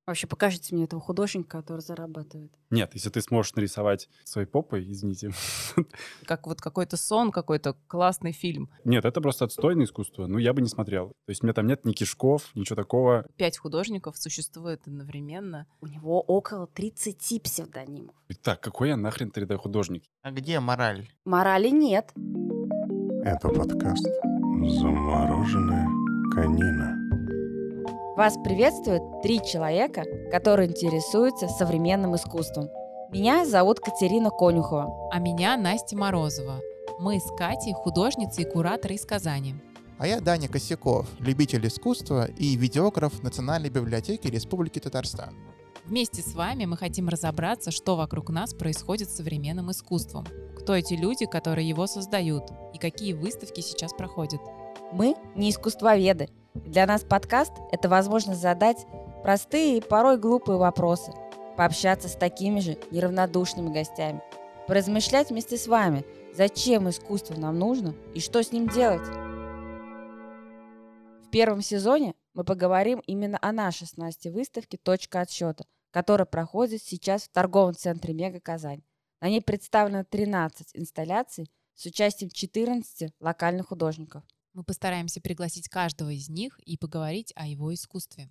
Вообще, покажите мне этого художника, который зарабатывает. Нет, если ты сможешь нарисовать своей попой, извините. Как вот какой-то сон, какой-то классный фильм. Нет, это просто отстойное искусство. Ну, я бы не смотрел. То есть у меня там нет ни кишков, ничего такого. 5 художников существует одновременно. У него около 30 псевдонимов. Так, какой я нахрен 3D-художник? А где мораль? Морали нет. Это подкаст «Замороженная конина». Вас приветствует 3 человека, которые интересуются современным искусством. Меня зовут Катерина Конюхова. А меня Настя Морозова. Мы с Катей художницы и кураторы из Казани. А я Даня Косяков, любитель искусства и видеограф Национальной библиотеки Республики Татарстан. Вместе с вами мы хотим разобраться, что вокруг нас происходит с современным искусством. Кто эти люди, которые его создают, и какие выставки сейчас проходят. Мы не искусствоведы. Для нас подкаст – это возможность задать простые и порой глупые вопросы, пообщаться с такими же неравнодушными гостями, поразмышлять вместе с вами, зачем искусство нам нужно и что с ним делать. В первом сезоне мы поговорим именно о нашей с Настей выставке «Точка отсчета», которая проходит сейчас в торговом центре «Мега Казань». На ней представлено 13 инсталляций с участием 14 локальных художников. Мы постараемся пригласить каждого из них и поговорить о его искусстве.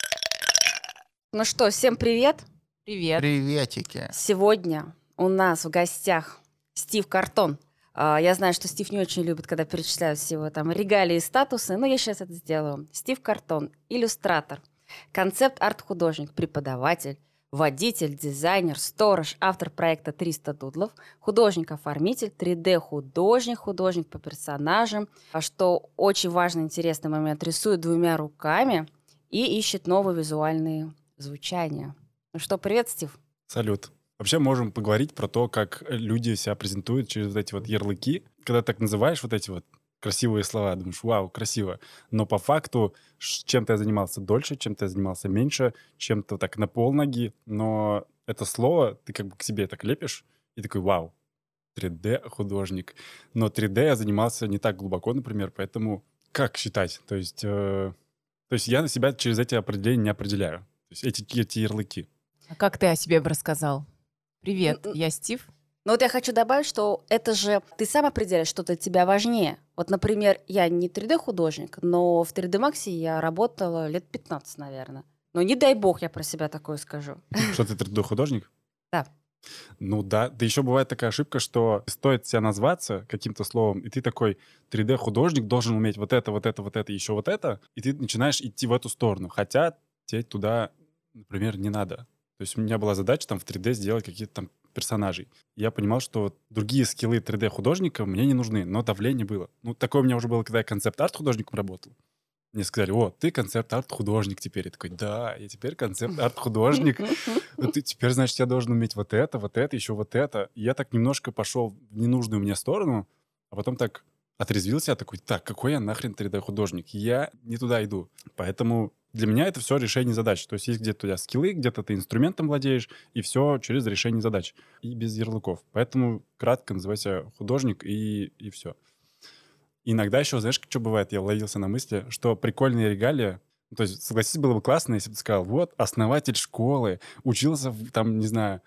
Ну что, всем привет. Привет. Приветики. Сегодня у нас в гостях Стив Картон. Я знаю, что Стив не очень любит, когда перечисляют все его там регалии и статусы, но я сейчас это сделаю. Стив Картон – иллюстратор, концепт-арт-художник, преподаватель, водитель, дизайнер, сторож, автор проекта «300 дудлов», художник-оформитель, 3D-художник, художник по персонажам. А что очень важный, интересный момент, рисует 2 руками и ищет новые визуальные звучания. Ну что, привет, Стив. Салют. Вообще можем поговорить про то, как люди себя презентуют через вот эти вот ярлыки. Когда так называешь вот эти вот красивые слова, думаешь, вау, красиво. Но по факту чем-то я занимался дольше, чем-то я занимался меньше, чем-то так на полноги. Но это слово ты как бы к себе так лепишь и такой, вау, 3D-художник. Но 3D я занимался не так глубоко, например, поэтому как считать? То есть я на себя через эти определения не определяю. То есть эти ярлыки. А как ты о себе бы рассказал? Привет, я Стив. Но вот я хочу добавить, что это же ты сам определяешь, что для тебя важнее. Вот, например, я не 3D-художник, но в 3D Max я работала лет 15, наверное. Но не дай бог я про себя такое скажу. Что ты 3D-художник? Да. Ну да. Да еще бывает такая ошибка, что стоит себя назваться каким-то словом, и ты такой 3D-художник должен уметь вот это, еще вот это, и ты начинаешь идти в эту сторону. Хотя тебе туда, например, не надо. То есть у меня была задача там в 3D сделать какие-то там персонажей. Я понимал, что другие скиллы 3D-художника мне не нужны, но давление было. Ну, такое у меня уже было, когда я концепт-арт-художником работал. Мне сказали, о, ты концепт-арт-художник теперь. Я такой, да, я теперь концепт-арт-художник. Ты теперь, значит, я должен уметь вот это, еще вот это. И я так немножко пошел в ненужную мне сторону, а потом так отрезвился, я такой, так, какой я нахрен 3D-художник? Я не туда иду. Поэтому для меня это все решение задач. То есть есть где-то у тебя скиллы, где-то ты инструментом владеешь, и все через решение задач. И без ярлыков. Поэтому кратко называйся художник, и все. Иногда еще, знаешь, что бывает? Я ловился на мысли, что прикольные регалии, ну, то есть, согласись, было бы классно, если бы ты сказал, вот, основатель школы, учился, там, не знаю,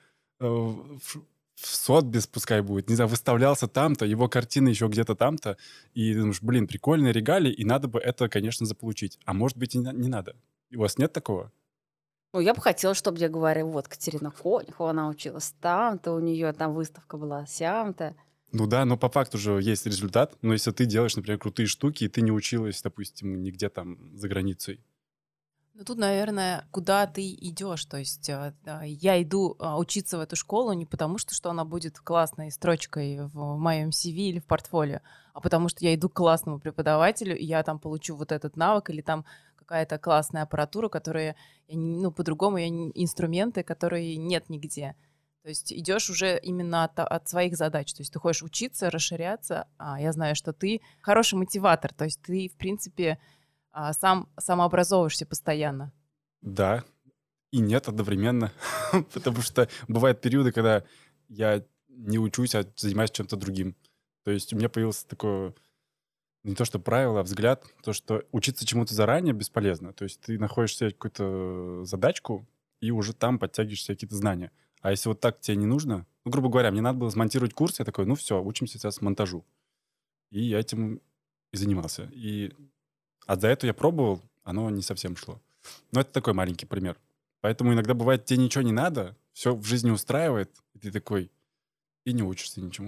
в Сотбис пускай будет, не знаю, выставлялся там-то, его картины еще где-то там-то, и ты думаешь, блин, прикольные регалии, и надо бы это, конечно, заполучить. А может быть, и не надо. У вас нет такого? Ну, я бы хотела, чтобы я говорила, вот, Катерина Конюхова, она училась там-то, у нее там выставка была сям-то. Ну да, но по факту же есть результат. Но если ты делаешь, например, крутые штуки, и ты не училась, допустим, нигде там за границей. Ну тут, наверное, куда ты идешь. То есть я иду учиться в эту школу не потому, что она будет классной строчкой в моем CV или в портфолио, а потому что я иду к классному преподавателю, и я там получу вот этот навык или там какая-то классная аппаратура, которая, по-другому, инструменты, которые нет нигде. То есть идешь уже именно от своих задач. То есть ты хочешь учиться, расширяться. Я знаю, что ты хороший мотиватор. То есть ты, в принципе, сам самообразовываешься постоянно. Да, и нет одновременно. Потому что бывают периоды, когда я не учусь, а занимаюсь чем-то другим. То есть у меня появилось такое, не то что правило, а взгляд, то, что учиться чему-то заранее бесполезно. То есть ты находишь себе какую-то задачку, и уже там подтягиваешь себе какие-то знания. А если вот так тебе не нужно, ну, грубо говоря, мне надо было смонтировать курс, я такой, ну все, учимся сейчас монтажу. И я этим и занимался. А до этого я пробовал, оно не совсем шло. Но это такой маленький пример. Поэтому иногда бывает, тебе ничего не надо, все в жизни устраивает, и ты такой, и не учишься ничему.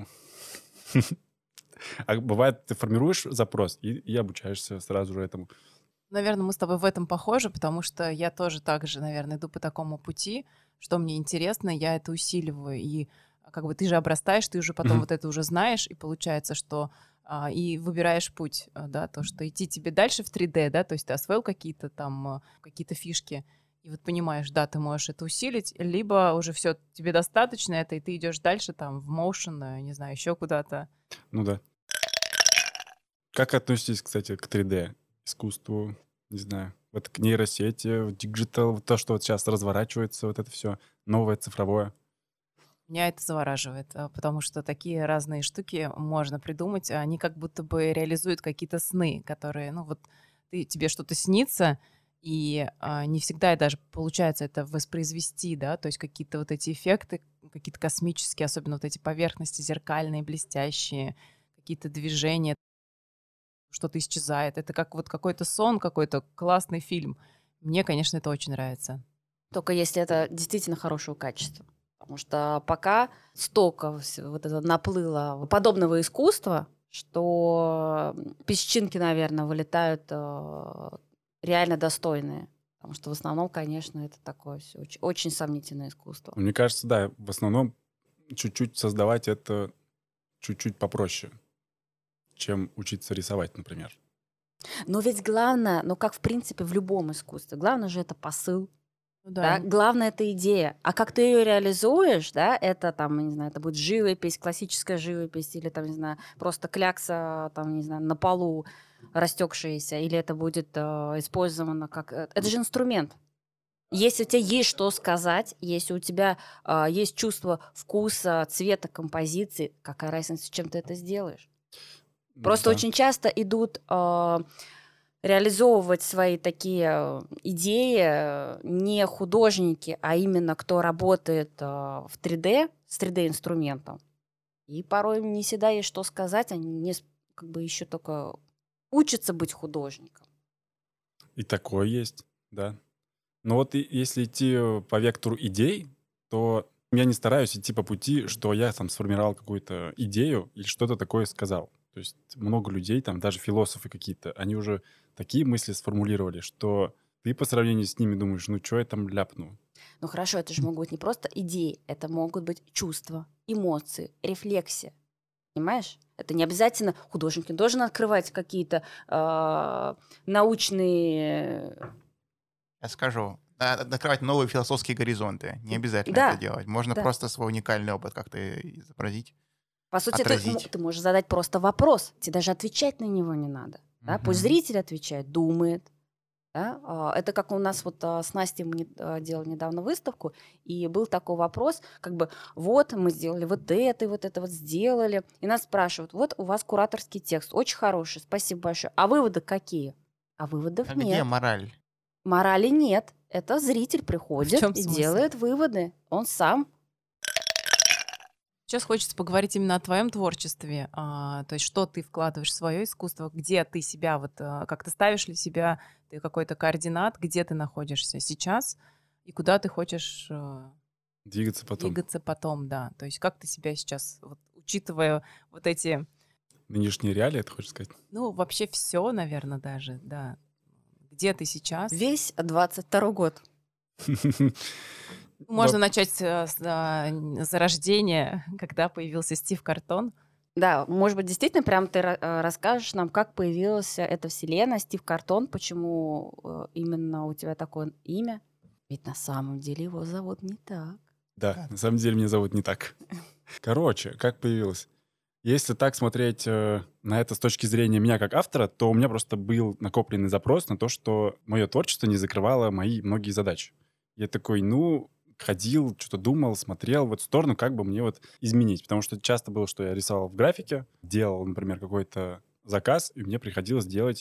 А бывает, ты формируешь запрос и обучаешься сразу же этому. Наверное, мы с тобой в этом похожи, потому что я тоже так же, наверное, иду по такому пути, что мне интересно, я это усиливаю. И как бы ты же обрастаешь, ты уже потом вот это уже знаешь, и получается, что и выбираешь путь, да, то, что идти тебе дальше в 3D, да, то есть ты освоил какие-то там, какие-то фишки, и вот понимаешь, да, ты можешь это усилить, либо уже все, тебе достаточно это, и ты идешь дальше там в motion, не знаю, еще куда-то. Ну да. Как относитесь, кстати, к 3D искусству, не знаю, вот к нейросети, в диджитал, вот то, что вот сейчас разворачивается, вот это все новое, цифровое? Меня это завораживает, потому что такие разные штуки можно придумать, а они как будто бы реализуют какие-то сны, которые, ну вот тебе что-то снится, и не всегда и даже получается это воспроизвести, да, то есть какие-то вот эти эффекты, какие-то космические, особенно вот эти поверхности зеркальные, блестящие, какие-то движения, что-то исчезает. Это как вот какой-то сон, какой-то классный фильм. Мне, конечно, это очень нравится. Только если это действительно хорошего качества. Потому что пока столько вот это наплыло подобного искусства, что песчинки, наверное, вылетают реально достойные. Потому что в основном, конечно, это такое все очень, очень сомнительное искусство. Мне кажется, да, в основном чуть-чуть создавать это чуть-чуть попроще, чем учиться рисовать, например. Но ведь главное, ну как в принципе в любом искусстве, главное же это посыл. Ну Да, главное это идея. А как ты ее реализуешь, да, это там, не знаю, это будет живопись, классическая живопись, или там, не знаю, просто клякса, там, не знаю, на полу растекшаяся, или это будет использовано как... Это же инструмент. Если у тебя есть что сказать, если у тебя есть чувство вкуса, цвета, композиции, какая разница, чем ты это сделаешь? Просто Да. очень часто идут реализовывать свои такие идеи не художники, а именно кто работает в 3D, с 3D-инструментом. И порой не всегда есть что сказать, они не, как бы еще только учатся быть художником. И такое есть, да. Но вот если идти по вектору идей, то я не стараюсь идти по пути, что я там сформировал какую-то идею или что-то такое сказал. То есть много людей, там даже философы какие-то, они уже такие мысли сформулировали, что ты по сравнению с ними думаешь, ну что я там ляпну? Ну хорошо, это же могут быть не просто идеи, это могут быть чувства, эмоции, рефлексия. Понимаешь? Это не обязательно художник не должен открывать какие-то научные... Я скажу, открывать новые философские горизонты. Не обязательно Да, это делать. Можно да. просто свой уникальный опыт как-то изобразить. По сути, Отразить. ты можешь задать просто вопрос, тебе даже отвечать на него не надо. Да? Пусть зритель отвечает, думает. Да? Это как у нас вот с Настей мы делали недавно выставку, и был такой вопрос, как бы вот мы сделали вот это, и вот это вот сделали. И нас спрашивают, вот у вас кураторский текст, очень хороший, спасибо большое. А выводы какие? А выводов А нет. где мораль? Морали нет. Это зритель В приходит чём и смысл? делает выводы. Он сам. Сейчас хочется поговорить именно о твоем творчестве, то есть что ты вкладываешь в свое искусство, где ты себя, вот как ты ставишь ли себя, ты какой-то координат, где ты находишься сейчас и куда ты хочешь Двигаться потом. двигаться потом, да. То есть как ты себя сейчас, вот, учитывая вот эти, Нынешние реалии, это хочешь сказать? ну вообще все, наверное, даже, да. Где ты сейчас? Весь 22 год. Можно начать с зарождения, когда появился Стив Картон. Да, может быть, действительно, прям ты расскажешь нам, как появилась эта вселенная, Стив Картон, почему именно у тебя такое имя? Ведь на самом деле его зовут не так. Да, на самом деле меня зовут не так. Короче, как появилось? Если так смотреть на это с точки зрения меня как автора, то у меня просто был накопленный запрос на то, что мое творчество не закрывало мои многие задачи. Я такой, ходил, что-то думал, смотрел в эту сторону, как бы мне вот изменить. Потому что часто было, что я рисовал в графике, делал, например, какой-то заказ, и мне приходилось делать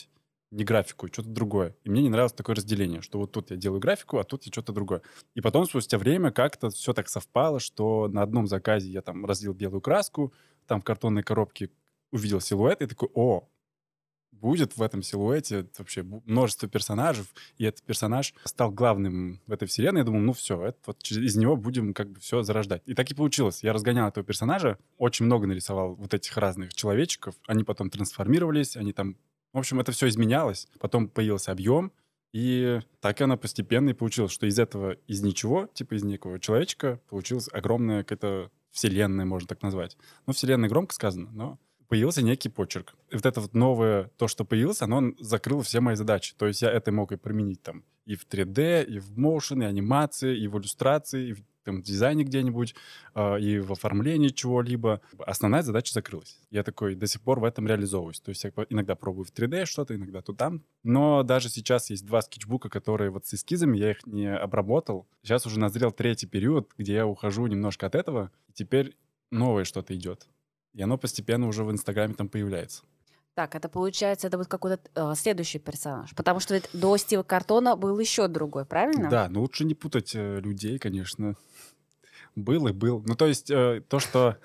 не графику, что-то другое. И мне не нравилось такое разделение, что вот тут я делаю графику, а тут я что-то другое. И потом, спустя время, как-то все так совпало, что на одном заказе я там разлил белую краску, там в картонной коробке увидел силуэт, и такой, будет в этом силуэте вообще множество персонажей, и этот персонаж стал главным в этой вселенной. Я думал, все, это вот из него будем как бы все зарождать. И так и получилось. Я разгонял этого персонажа, очень много нарисовал вот этих разных человечков, они потом трансформировались, они там... В общем, это все изменялось. Потом появился объем, и так оно постепенно и получилось, что из этого, из ничего, типа из некого человечка, получилась огромная какая-то вселенная, можно так назвать. Ну, вселенная громко сказано, но появился некий почерк. И вот это вот новое, то, что появилось, оно закрыло все мои задачи. То есть я это мог и применить там и в 3D, и в motion, и анимации, и в иллюстрации, и в там, дизайне где-нибудь, и в оформлении чего-либо. Основная задача закрылась. Я такой до сих пор в этом реализовываюсь. То есть я иногда пробую в 3D что-то, иногда тут там. Но даже сейчас есть 2 скетчбука, которые вот с эскизами, я их не обработал. Сейчас уже назрел 3-й период, где я ухожу немножко от этого, и теперь новое что-то идет. И оно постепенно уже в Инстаграме там появляется. Так, это получается, это будет какой-то следующий персонаж. Потому что ведь до Стива Картона был еще другой, правильно? Да, но лучше не путать людей, конечно. Был и был. Ну, то есть то, что...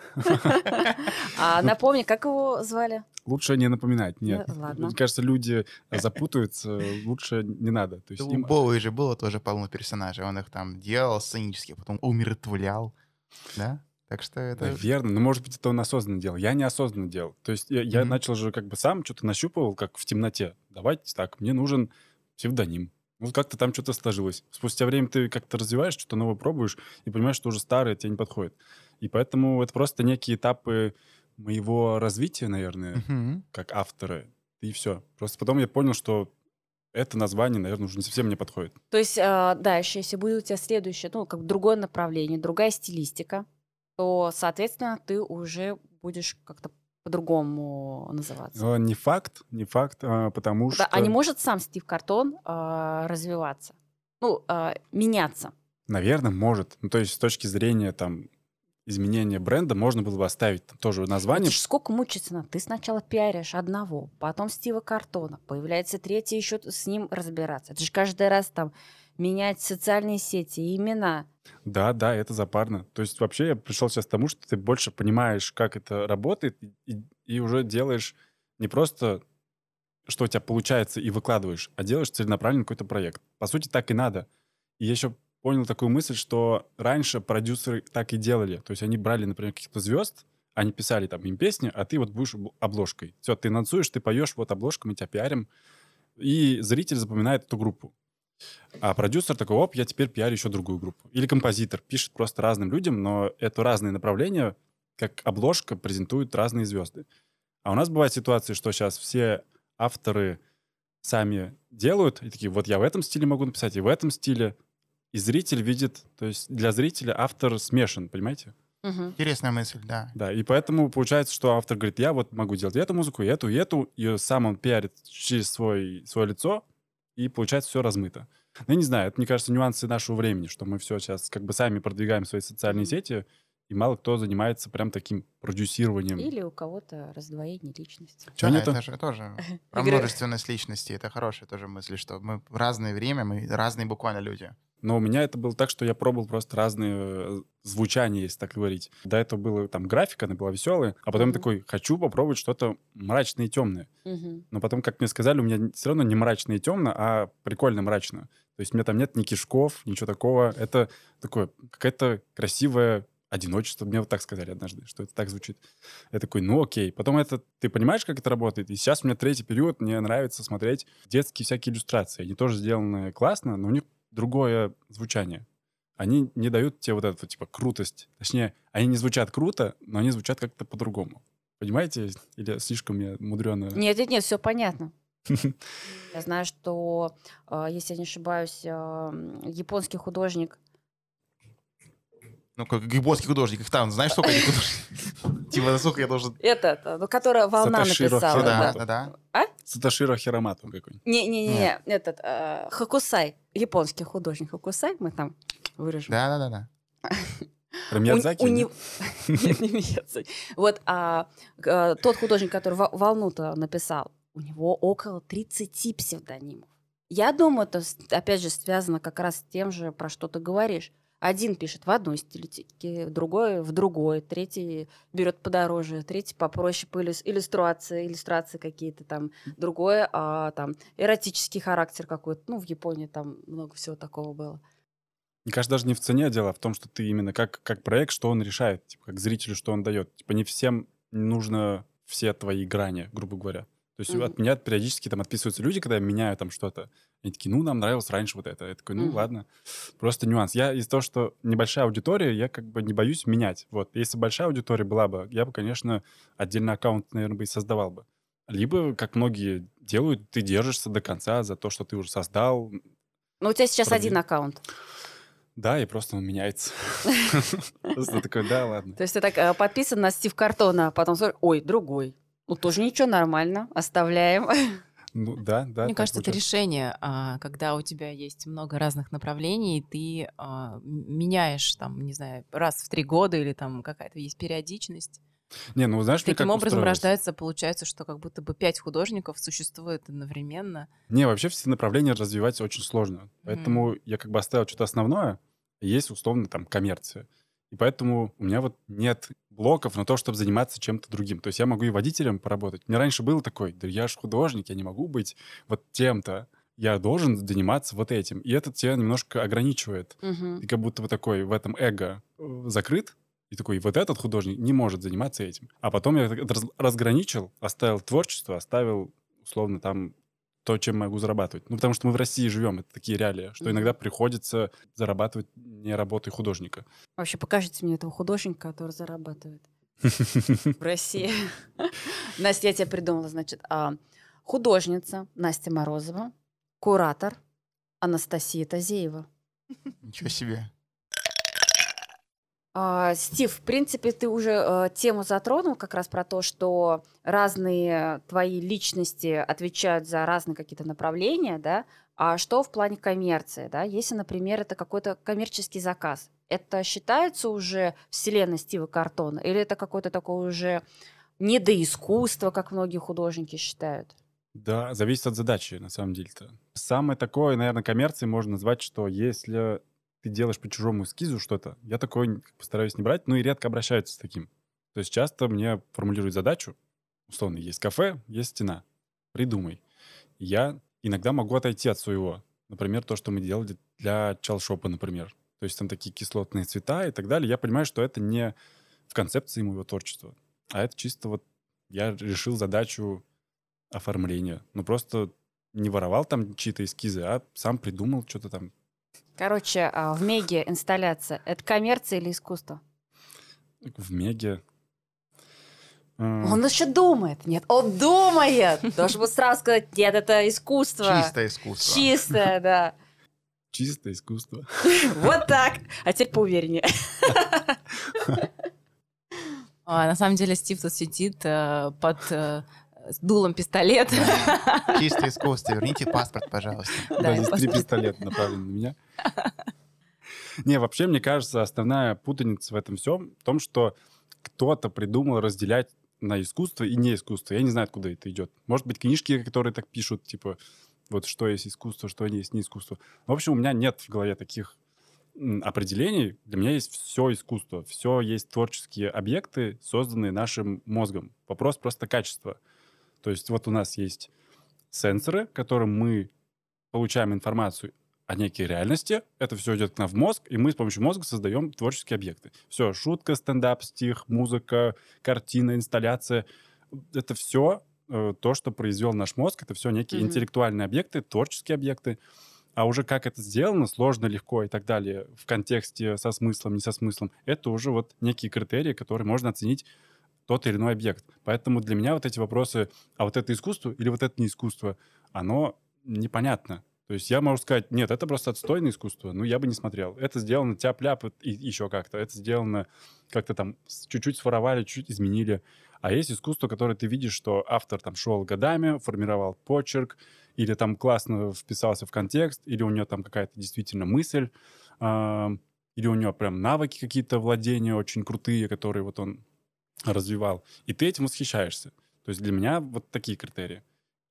А напомни, как его звали? Лучше не напоминать, нет. Ладно. Мне кажется, люди запутаются, лучше не надо. То есть У Боуи же было тоже полно персонажей. Он их там делал сценически, потом умиротворял. Да? Так что это... Верно, но, может быть, это он осознанно делал. Я неосознанно делал. То есть я начал же как бы сам что-то нащупывал, как в темноте. Давайте так, мне нужен псевдоним. Вот как-то там что-то сложилось. Спустя время ты как-то развиваешь, что-то новое пробуешь, и понимаешь, что уже старое тебе не подходит. И поэтому это просто некие этапы моего развития, наверное, как автора. И все. Просто потом я понял, что это название, наверное, уже не совсем мне подходит. То есть дальше, если будет у тебя следующее, ну, как другое направление, другая стилистика, то, соответственно, ты уже будешь как-то по-другому называться. Не факт, потому что... А не может сам Стив Картон развиваться? Ну, меняться? Наверное, может. Ну, то есть с точки зрения там изменения бренда можно было бы оставить там тоже название. Это ж сколько мучиться надо. Ты сначала пиаришь одного, потом Стива Картона, появляется третий, еще с ним разбираться. Это же каждый раз там менять социальные сети и имена. Да, это запарно. То есть вообще я пришел сейчас к тому, что ты больше понимаешь, как это работает, и уже делаешь не просто, что у тебя получается, и выкладываешь, а делаешь целенаправленно какой-то проект. По сути, так и надо. И я еще понял такую мысль, что раньше продюсеры так и делали. То есть они брали, например, каких-то звезд, они писали там им песни, а ты вот будешь обложкой. Все, ты танцуешь, ты поешь, вот обложка, мы тебя пиарим. И зритель запоминает эту группу. А продюсер такой, я теперь пиарю еще другую группу. Или композитор пишет просто разным людям, но это разные направления, как обложка презентуют разные звезды. А у нас бывает ситуация, что сейчас все авторы сами делают, и такие, вот я в этом стиле могу написать, и в этом стиле. И зритель видит, то есть для зрителя автор смешан, понимаете? Интересная мысль, да. Да, и поэтому получается, что автор говорит, я вот могу делать эту музыку, и эту, и сам он пиарит через свое лицо, и получается все размыто. Ну, я не знаю, это, мне кажется, нюансы нашего времени, что мы все сейчас как бы сами продвигаем свои социальные сети, и мало кто занимается прям таким продюсированием. Или у кого-то раздвоение личности. Это же тоже про множественность личности. Это хорошая тоже мысль, что мы в разное время, мы разные буквально люди. Но у меня это было так, что я пробовал просто разные звучания, если так говорить. До этого была там графика, она была веселая, а потом я такой, хочу попробовать что-то мрачное и темное. Но потом, как мне сказали, у меня все равно не мрачно и темно, а прикольно мрачно. То есть у меня там нет ни кишков, ничего такого. Это такое, какая-то красивая одиночество. Мне вот так сказали однажды, что это так звучит. Я такой, окей. Потом ты понимаешь, как это работает? И сейчас у меня 3-й период, мне нравится смотреть детские всякие иллюстрации. Они тоже сделаны классно, но у них другое звучание. Они не дают тебе вот эту, типа, крутость. Точнее, они не звучат круто, но они звучат как-то по-другому. Понимаете? Или слишком я мудрёно... Нет, все понятно. Я знаю, что, если я не ошибаюсь, японский художник... Ну, как японский художник, их там, знаешь, сколько этих художников? Типа, насколько я должен... которая волна написала. Да. Сатоширо Хиромато какой-нибудь. Не, Хокусай. Японский художник Хокусай. Мы там вырежем. Да. Про Миядзаки? Нет, не Миядзаки. Вот тот художник, который волну-то написал, у него около 30 псевдонимов. Я думаю, это, опять же, связано как раз с тем же, про что ты говоришь. Один пишет в одной стилистике, другой в другой, третий берет подороже, третий попроще по иллюстрации какие-то там, другое, там эротический характер какой-то. Ну, в Японии там много всего такого было. Мне кажется, даже не в цене дело, а в том, что ты именно как проект, что он решает, типа, как зрителю, что он дает. Типа, не всем нужно все твои грани, грубо говоря. То есть от меня периодически там отписываются люди, когда я меняю там что-то. Они такие, ну, нам нравилось раньше вот это. Я такой, ну, ладно. Просто нюанс. Я из-за того, что небольшая аудитория, я как бы не боюсь менять. Вот. Если большая аудитория была бы, я бы, конечно, отдельный аккаунт, наверное, бы и создавал бы. Либо, как многие делают, ты держишься до конца за то, что ты уже создал. Ну, у тебя сейчас один аккаунт. Да, и просто он меняется. Просто такой, да, ладно. То есть ты так подписан на Стив Картона, а потом смотришь, ой, другой. Ну, тоже ничего, нормально, оставляем. Ну, да. Мне кажется, это решение, когда у тебя есть много разных направлений, ты меняешь, там, не знаю, раз в 3 года или там какая-то есть периодичность. Не, ну, знаешь, таким образом рождается, получается, что как будто бы 5 художников существует одновременно. Не, вообще все направления развивать очень сложно. Поэтому я как бы оставил что-то основное, и есть условно там коммерция. И поэтому у меня вот нет блоков на то, чтобы заниматься чем-то другим. То есть я могу и водителем поработать. Мне раньше было такой, да я же художник, я не могу быть вот тем-то. Я должен заниматься вот этим. И это тебя немножко ограничивает. Ты как будто бы такой в этом эго закрыт. И такой, вот этот художник не может заниматься этим. А потом я разграничил, оставил творчество, оставил условно там то, чем могу зарабатывать. Ну, потому что мы в России живем, это такие реалии, что иногда приходится зарабатывать не работой художника. Вообще, покажите мне этого художника, который зарабатывает в России. Настя, я тебе придумала, значит, художница Настя Морозова, куратор Анастасия Тазеева. Ничего себе. Стив, в принципе, ты уже тему затронул как раз про то, что разные твои личности отвечают за разные какие-то направления, да? А что в плане коммерции, да? Если, например, это какой-то коммерческий заказ, это считается уже вселенной Стива Картона, или это какое-то такое уже недоискусство, как многие художники считают? Да, зависит от задачи, на самом деле-то. Самое такое, наверное, коммерцией можно назвать, что если ты делаешь по чужому эскизу что-то, я такое постараюсь не брать, ну и редко обращаются с таким. То есть часто мне формулируют задачу, условно, есть кафе, есть стена, придумай. Я иногда могу отойти от своего. Например, то, что мы делали для чалшопа, например. То есть там такие кислотные цвета и так далее. Я понимаю, что это не в концепции моего творчества, а это чисто вот я решил задачу оформления. Ну просто не воровал там чьи-то эскизы, а сам придумал что-то там. Короче, в Меге инсталляция — это коммерция или искусство? В Меге... Он еще думает. Нет, он думает. Должен был сразу сказать, нет, это искусство. Чистое искусство. Чистое, да. Чистое искусство. Вот так. А теперь поувереннее. На самом деле Стив тут сидит под дулом пистолета. Чистое искусство. Верните паспорт, пожалуйста. Да, здесь 3 пистолета направлены на меня. Не, вообще, мне кажется, основная путаница в этом всем в том, что кто-то придумал разделять на искусство и не искусство. Я не знаю, откуда это идет. Может быть, книжки, которые так пишут, типа, вот что есть искусство, что есть не искусство. В общем, у меня нет в голове таких определений. Для меня есть все искусство. Все есть творческие объекты, созданные нашим мозгом. Вопрос просто качества. То есть вот у нас есть сенсоры, которым мы получаем информацию о некой реальности. Это все идет к нам в мозг, и мы с помощью мозга создаем творческие объекты. Все, шутка, стендап, стих, музыка, картина, инсталляция. Это все то, что произвел наш мозг. Это все некие интеллектуальные объекты, творческие объекты. А уже как это сделано, сложно, легко и так далее, в контексте со смыслом, не со смыслом, это уже вот некие критерии, которые можно оценить тот или иной объект. Поэтому для меня вот эти вопросы, а вот это искусство или вот это не искусство, оно непонятно. То есть я могу сказать, нет, это просто отстойное искусство, ну я бы не смотрел. Это сделано тяп-ляп и еще как-то. Это сделано как-то там чуть-чуть своровали, чуть-чуть изменили. А есть искусство, которое ты видишь, что автор там шел годами, формировал почерк, или там классно вписался в контекст, или у него там какая-то действительно мысль, или у него прям навыки какие-то владения очень крутые, которые вот он развивал. И ты этим восхищаешься. То есть для меня вот такие критерии.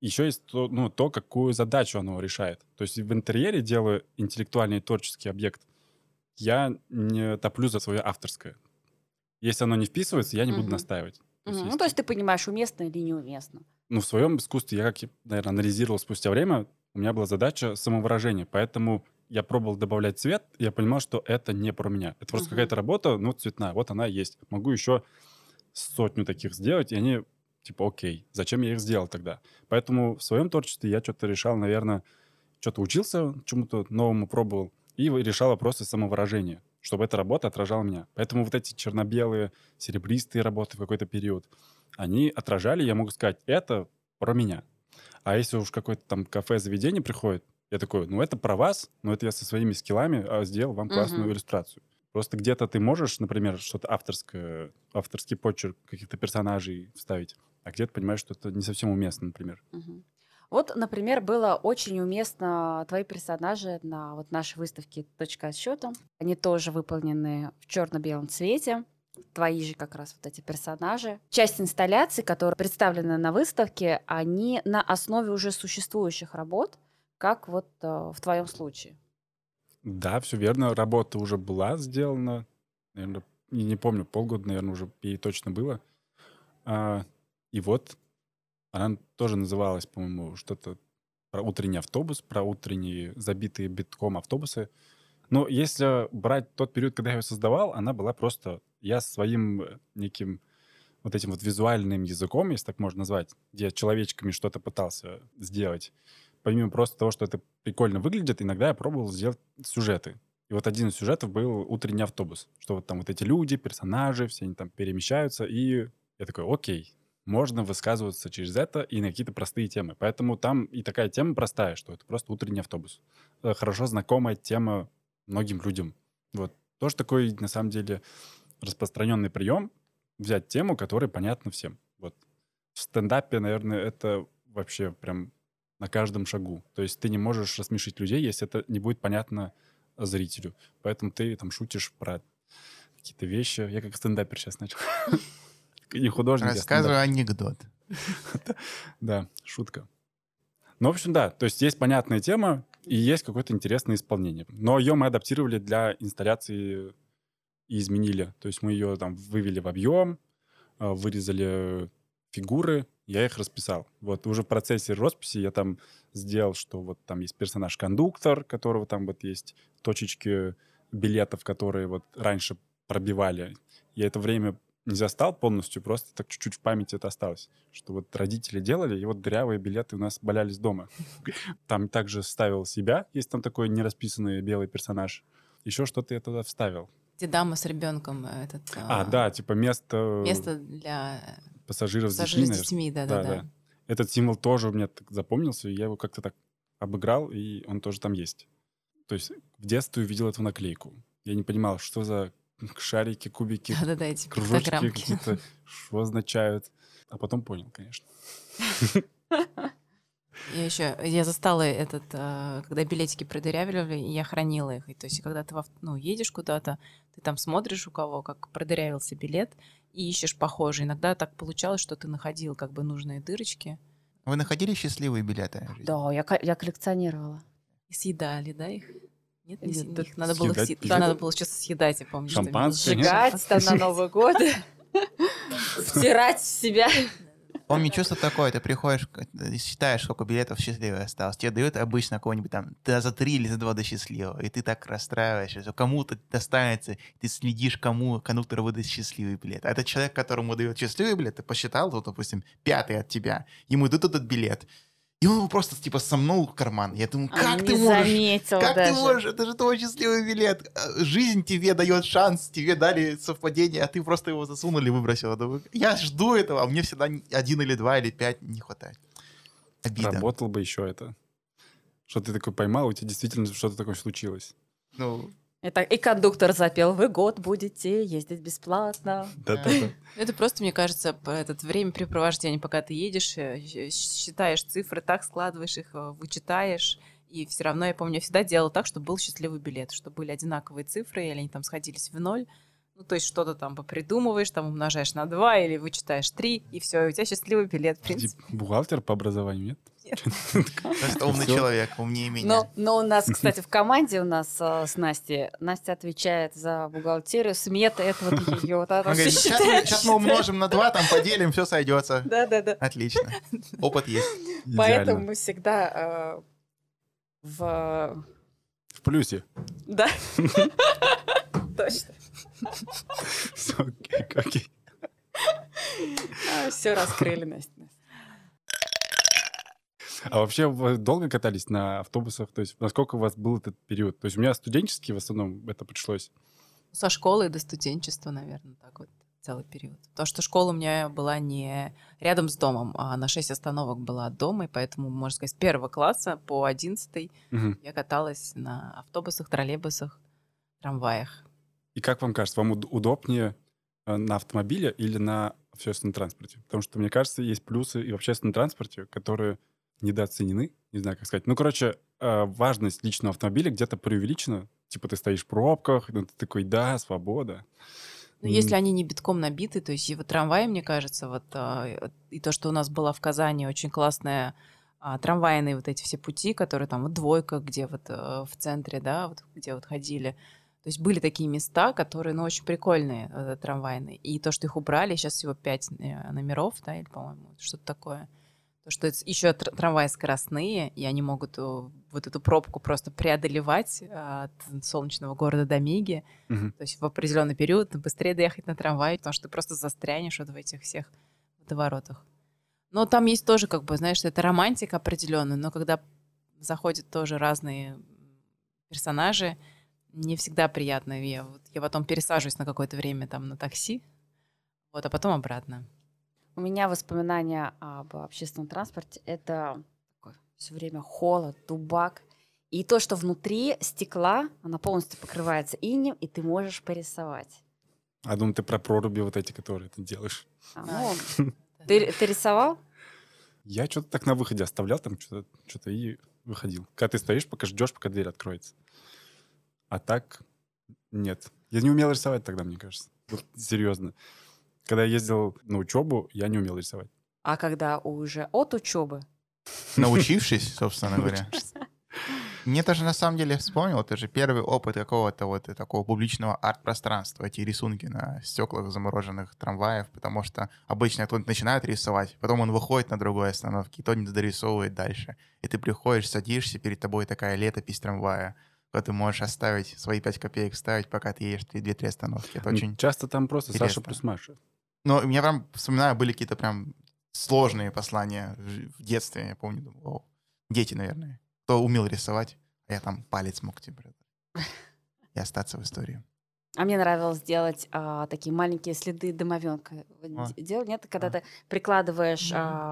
Еще есть то, какую задачу оно решает. То есть в интерьере делаю интеллектуальный и творческий объект. Я не топлю за свое авторское. Если оно не вписывается, я не буду настаивать. Ну, то есть ты понимаешь, уместно или неуместно. Ну, в своем искусстве я, наверное, анализировал спустя время, у меня была задача самовыражения, поэтому я пробовал добавлять цвет, и я понимал, что это не про меня. Это просто какая-то работа, цветная, вот она есть. Могу еще 100 таких сделать, и они типа, окей, зачем я их сделал тогда? Поэтому в своем творчестве я что-то решал, наверное, что-то учился, чему-то новому пробовал, и решал вопросы самовыражения, чтобы эта работа отражала меня. Поэтому вот эти черно-белые, серебристые работы в какой-то период, они отражали, я могу сказать, это про меня. А если уж какое-то там кафе, заведение приходит, я такой, это про вас, но это я со своими скиллами сделал вам классную иллюстрацию. Просто где-то ты можешь, например, что-то авторское, авторский почерк каких-то персонажей вставить, а где-то понимаешь, что это не совсем уместно, например. Вот, например, было очень уместно твои персонажи на вот нашей выставке «Точка отсчета». Они тоже выполнены в черно-белом цвете. Твои же как раз вот эти персонажи. Часть инсталляций, которые представлены на выставке, они на основе уже существующих работ, как вот в твоем случае. Да, все верно. Работа уже была сделана. Наверное, не помню, полгода, наверное, уже ей точно было. И вот она тоже называлась, по-моему, что-то про утренний автобус, про утренние забитые битком автобусы. Но если брать тот период, когда я ее создавал, она была просто... Я своим неким вот этим вот визуальным языком, если так можно назвать, где я человечками что-то пытался сделать, помимо просто того, что это прикольно выглядит, иногда я пробовал сделать сюжеты. И вот один из сюжетов был «Утренний автобус», что вот там вот эти люди, персонажи, все они там перемещаются, и я такой, окей, можно высказываться через это и на какие-то простые темы. Поэтому там и такая тема простая, что это просто утренний автобус. Хорошо знакомая тема многим людям. Вот. Тоже такой, на самом деле, распространенный прием взять тему, которая понятна всем. Вот. В стендапе, наверное, это вообще прям на каждом шагу. То есть ты не можешь рассмешить людей, если это не будет понятно зрителю. Поэтому ты там шутишь про какие-то вещи. Я как стендапер сейчас начал. Не художник. Рассказывай анекдот. Да, шутка. Ну, в общем, да. То есть есть понятная тема и есть какое-то интересное исполнение. Но ее мы адаптировали для инсталляции и изменили. То есть мы ее там вывели в объем, вырезали фигуры, я их расписал. Вот уже в процессе росписи я там сделал, что вот там есть персонаж-кондуктор, которого там вот есть точечки билетов, которые вот раньше пробивали. Я это время не застал полностью, просто так чуть-чуть в памяти это осталось. Что вот родители делали, и вот дырявые билеты у нас валялись дома. Там также ставил себя, есть там такой нерасписанный белый персонаж. Еще что-то я туда вставил. Где дама с ребенком. Да, типа место для пассажиров с детьми. Да. Этот символ тоже у меня так запомнился, и я его как-то так обыграл, и он тоже там есть. То есть в детстве увидел эту наклейку. Я не понимал, что за шарики, кубики, эти кружочки какие-то, что означают. А потом понял, конечно. Я застала когда билетики продырявили, и я хранила их. И, то есть, когда ты едешь куда-то, ты там смотришь у кого, как продырявился билет, и ищешь похожий. Иногда так получалось, что ты находил как бы нужные дырочки. Вы находили счастливые билеты? Да, я коллекционировала. И съедали, да, их? Нет, их надо было сейчас съедать, я помню. Шампанское, сжигать там на Новый год, втирать в себя. Помню чувство такое, ты приходишь, считаешь, сколько билетов счастливых осталось. Тебе дают обычно кого-нибудь там за 3 или за 2 до счастливого. И ты так расстраиваешься, что кому-то достанется, ты следишь, кому кондуктор выдаст счастливый билет. А этот человек, которому дают счастливый билет, ты посчитал, допустим, 5-й от тебя, ему дают этот билет. И он его просто, типа, сомнул в карман. Я думаю, как ты можешь? Как ты можешь? Это же твой счастливый билет. Жизнь тебе дает шанс, тебе дали совпадение, а ты просто его засунул и выбросил. Я жду этого, а мне всегда 1 или 2 или 5 не хватает. Обида. Работал бы еще это. Что ты такой поймал, у тебя действительно что-то такое случилось. Это и кондуктор запел: «Вы год будете ездить бесплатно». Да. Это просто, мне кажется, времяпрепровождение, пока ты едешь, считаешь цифры, так складываешь их, вычитаешь. И все равно, я помню, я всегда делала так, чтобы был счастливый билет, чтобы были одинаковые цифры, или они там сходились в 0. Ну, то есть что-то там попридумываешь, там умножаешь на 2 или вычитаешь 3, и все, у тебя счастливый билет, в принципе. Бухгалтер по образованию, нет? Просто умный Всё. человек, умнее меня. Но у нас, кстати, в команде у нас с Настей, Настя отвечает за бухгалтерию, смета, это вот ее, вот Он она говорит, всё считает. сейчас мы умножим на 2, там поделим, все сойдется. Да. Отлично. Опыт есть. Поэтому Идеально. мы всегда в... В плюсе. Да? Точно. Всё, окей. Все раскрыли, Настя. А вообще вы долго катались на автобусах? То есть насколько у вас был этот период? То есть у меня студенческий в основном это пришлось. Со школы до студенчества, наверное, так вот целый период. Потому что школа у меня была не рядом с домом, а на 6 остановок была от дома, и поэтому, можно сказать, с 1 класса по 11 Мгм. я каталась на автобусах, троллейбусах, трамваях. И как вам кажется, вам удобнее на автомобиле или на общественном транспорте? Потому что, мне кажется, есть плюсы и в общественном транспорте, которые недооценены. Не знаю, как сказать. Ну, короче, важность личного автомобиля где-то преувеличена. Типа ты стоишь в пробках, ну, ты такой, да, свобода. Ну, если они не битком набиты, то есть и вот трамваи, мне кажется, вот и то, что у нас была в Казани очень классная трамвайные вот эти все пути, которые там вот двойка, где вот в центре, да, вот где вот ходили. То есть были такие места, которые, ну, очень прикольные, трамвайные. И то, что их убрали, сейчас всего 5 номеров, да, или, по-моему, что-то такое. То, что это еще трамваи скоростные, и они могут вот эту пробку просто преодолевать от солнечного города до Меги. Мгм. То есть в определенный период быстрее доехать на трамвае, потому что ты просто застрянешь вот в этих всех водоворотах. Но там есть тоже, как бы, знаешь, это романтика определенная, но когда заходят тоже разные персонажи, не всегда приятно. Я потом пересаживаюсь на какое-то время там на такси, вот, а потом обратно. У меня воспоминания об общественном транспорте — это все время холод, дубак. И то, что внутри стекла, она полностью покрывается инеем, и ты можешь порисовать. А думаю, ты про проруби вот эти, которые ты делаешь. Ты рисовал? Я что-то так на выходе оставлял там что-то и выходил. Когда ты стоишь, пока ждешь, пока дверь откроется. А так нет. Я не умел рисовать тогда, мне кажется. Вот серьезно. Когда я ездил на учебу, я не умел рисовать. А когда уже от учебы? Научившись, собственно говоря. Мне даже на самом деле вспомнил, это же первый опыт какого-то вот такого публичного арт-пространства, эти рисунки на стеклах замороженных трамваев, потому что обычно кто-нибудь начинает рисовать, потом он выходит на другой остановке, и кто-нибудь дорисовывает дальше. И ты приходишь, садишься, перед тобой такая летопись трамвая, куда ты можешь оставить свои 5 копеек, ставить, пока ты едешь 2-3 остановки. Это очень... Часто там просто Саша интересно. плюс Маша. Но у меня прям, вспоминаю, были какие-то прям сложные послания в детстве, я помню, думал, о, дети, наверное. Кто умел рисовать, а я там палец мог типа и остаться в истории. А мне нравилось делать такие маленькие следы домовенка. А. Делал, нет? Когда ты прикладываешь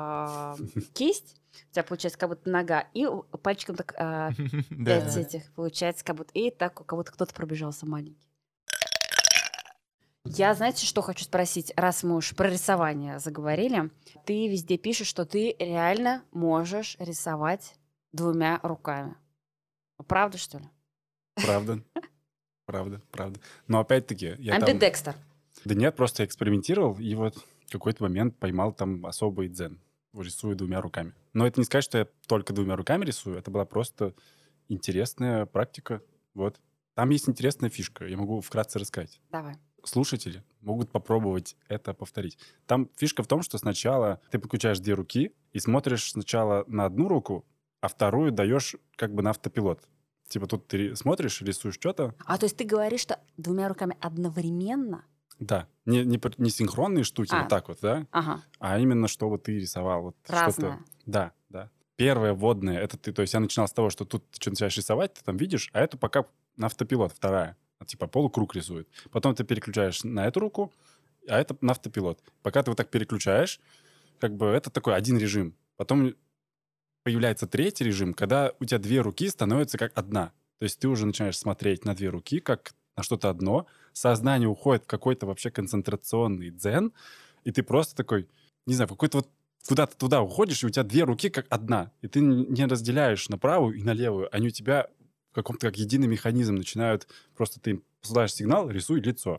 кисть, у тебя получается как будто нога, и пальчиком так 5 этих получается как будто, и так как будто кто-то пробежался маленький. Я, знаете, что хочу спросить, раз мы уж про рисование заговорили. Ты везде пишешь, что ты реально можешь рисовать 2 руками. Правда, что ли? Правда. Правда. Но опять-таки... я там... Амбидекстер. Да нет, просто экспериментировал, и вот в какой-то момент поймал там особый дзен. Рисую 2 руками. Но это не сказать, что я только 2 руками рисую. Это была просто интересная практика. Вот. Там есть интересная фишка. Я могу вкратце рассказать. Давай. Слушатели могут попробовать это повторить. Там фишка в том, что сначала ты подключаешь 2 руки и смотришь сначала на одну руку, а вторую даешь как бы на автопилот. Типа тут ты смотришь, рисуешь что-то. А то есть ты говоришь, что 2 руками одновременно? Да. Не синхронные штуки, вот так вот, да? Ага. А именно, чтобы ты рисовал. Вот Разное. что-то. Да. Первое вводное, это ты... То есть я начинал с того, что тут ты что начинаешь рисовать, ты там видишь, а эту пока на автопилот, вторая. Типа полукруг рисует. Потом ты переключаешь на эту руку, а это на автопилот. Пока ты вот так переключаешь, как бы это такой один режим. Потом появляется 3-й режим, когда у тебя 2 руки становятся как одна. То есть ты уже начинаешь смотреть на 2 руки, как на что-то одно. Сознание уходит в какой-то вообще концентрационный дзен, и ты просто такой, не знаю, какой-то вот куда-то туда уходишь, и у тебя 2 руки как одна. И ты не разделяешь на правую и на левую. Они у тебя в каком-то как единый механизм начинают... Просто ты им посылаешь сигнал, рисуй лицо.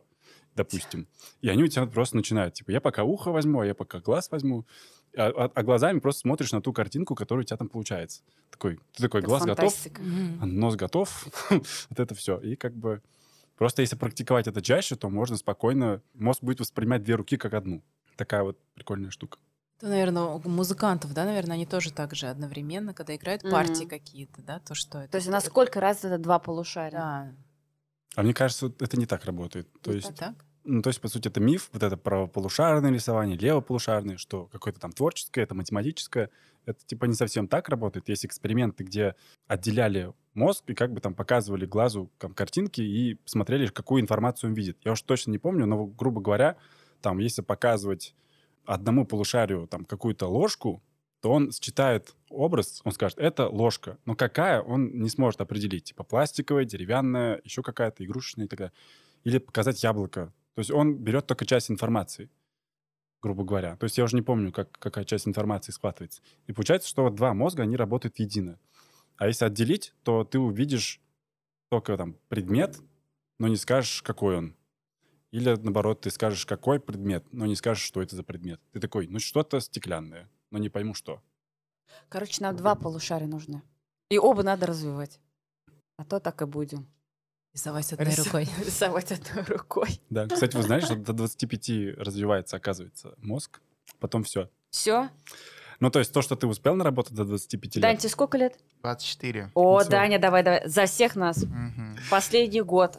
допустим. И они у тебя просто начинают, типа, я пока ухо возьму, а я пока глаз возьму. А глазами просто смотришь на ту картинку, которая у тебя там получается. Ты такой, глаз Фантастика. готов, нос готов, вот это все. И как бы просто если практиковать это чаще, то можно спокойно... Мозг будет воспринимать две руки как одну. Такая вот прикольная штука. Это, наверное, у музыкантов, да, наверное, они тоже так же одновременно, когда играют партии какие-то, да, то что это? То есть у нас сколько раз это два полушария? Да. А мне кажется, это не так работает. То есть, Так? ну, то есть, по сути, это миф, вот это правополушарное рисование, левополушарное, что какое-то там творческое, это математическое. Это типа не совсем так работает. Есть эксперименты, где отделяли мозг и как бы там показывали глазу там, картинки и смотрели, какую информацию он видит. Я уж точно не помню, но, грубо говоря, там, если показывать одному полушарию там какую-то ложку, то он считает образ, он скажет, это ложка. Но какая, он не сможет определить. Типа пластиковая, деревянная, еще какая-то, игрушечная и так далее. Или показать яблоко. То есть он берет только часть информации, грубо говоря. То есть я уже не помню, какая часть информации схватывается. И получается, что вот два мозга, они работают едино. А если отделить, то ты увидишь только там предмет, но не скажешь, какой он. Или, наоборот, ты скажешь, какой предмет, но не скажешь, что это за предмет. Ты такой, ну что-то стеклянное, но не пойму, что. Короче, нам два полушария нужны. И оба надо развивать. А то так и будем. Рисовать одной рукой. Рисовать одной рукой. Да, кстати, вы знаете, что до 25 развивается, оказывается, мозг, потом все. Все? Ну, то есть то, что ты успел наработать до 25 лет. Дань, тебе сколько лет? 24. О, Всё. Даня, давай. За всех нас. Мгм. Последний год.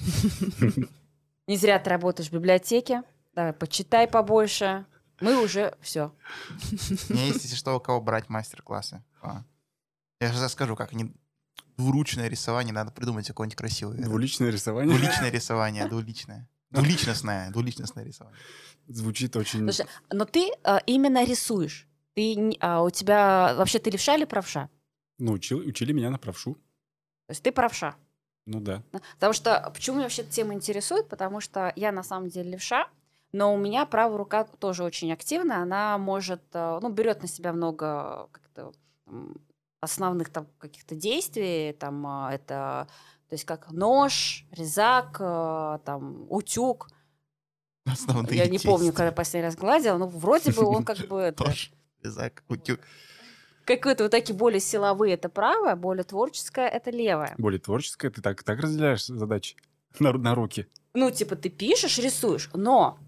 Не зря ты работаешь в библиотеке. Давай, почитай побольше. Мы уже все. У меня есть, если что, у кого брать мастер-классы. Я же расскажу, как они... Двуручное рисование, надо придумать какое-нибудь красивое. Двуличное рисование. Двуличное рисование, двуличное. Двуличностное рисование. Звучит очень... Слушай, но ты именно рисуешь. У тебя вообще ты левша или правша? Ну, учили меня на правшу. То есть ты правша. Ну да. Потому что, почему меня вообще эта тема интересует? Потому что я на самом деле левша, но у меня правая рука тоже очень активна. Она может, берет на себя много как-то основных там каких-то действий. Там это, то есть как нож, резак, там утюг. Основные Я не помню, действия. когда последний раз гладила, но вроде бы он как бы это... Нож, резак, утюг. Какие-то вот такие более силовые — это правая, более творческая — это левая. Более творческое. Ты так разделяешь задачи на руки. Ну, типа, ты пишешь, рисуешь, но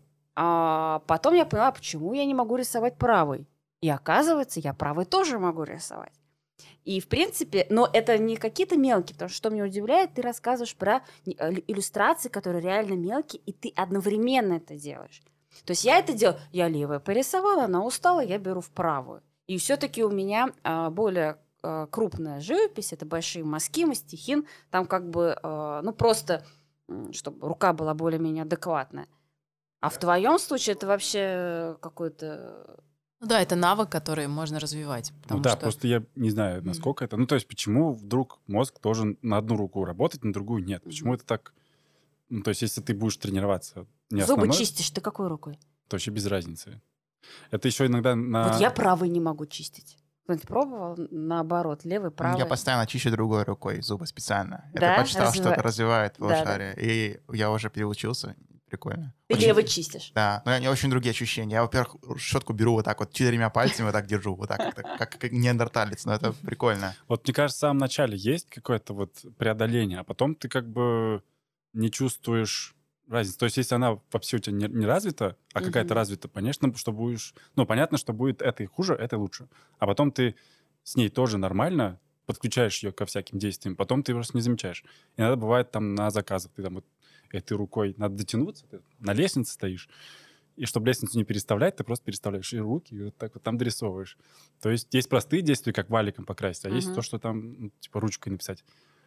потом я поняла, почему я не могу рисовать правой. И оказывается, я правой тоже могу рисовать. И, в принципе, но это не какие-то мелкие, потому что, что меня удивляет, ты рассказываешь про иллюстрации, которые реально мелкие, и ты одновременно это делаешь. То есть я это делаю, я левая порисовала, она устала, я беру в правую. И все-таки у меня более крупная живопись, это большие мазки, мастихин, там как бы, просто, чтобы рука была более-менее адекватная. А в твоем случае это вообще какой-то... Ну да, это навык, который можно развивать. Ну да, просто я не знаю, насколько это... Ну то есть почему вдруг мозг должен на одну руку работать, на другую нет? Почему это так? Ну то есть если ты будешь тренироваться не Зубы основной, чистишь ты какой рукой? то вообще без разницы. Это еще иногда на... Вот я правой не могу чистить. Кто-нибудь пробовал? Наоборот, левый, правый. Я постоянно чищу другой рукой зубы специально. Да? Я почитал, что это развивает Да, полушарие. И я уже переучился. Прикольно. Ты Очень- левый чистишь. Да, но у меня очень другие ощущения. Я, во-первых, щетку беру вот так вот 4 пальцами, вот так держу, вот так, как неандерталец. Но это прикольно. Вот мне кажется, в самом начале есть какое-то вот преодоление, а потом ты как бы не чувствуешь разницы. То есть если она вообще у тебя не развита, а какая-то развита, конечно, что будешь... Ну, понятно, что будет это и хуже, это и лучше. А потом ты с ней тоже нормально подключаешь ее ко всяким действиям, потом ты просто не замечаешь. Иногда бывает там на заказах, ты там вот этой рукой надо дотянуться, ты на лестнице стоишь, и чтобы лестницу не переставлять, ты просто переставляешь и руки, и вот так вот там дорисовываешь. То есть простые действия, как валиком покрасить, а есть то, что там, типа, ручкой написать.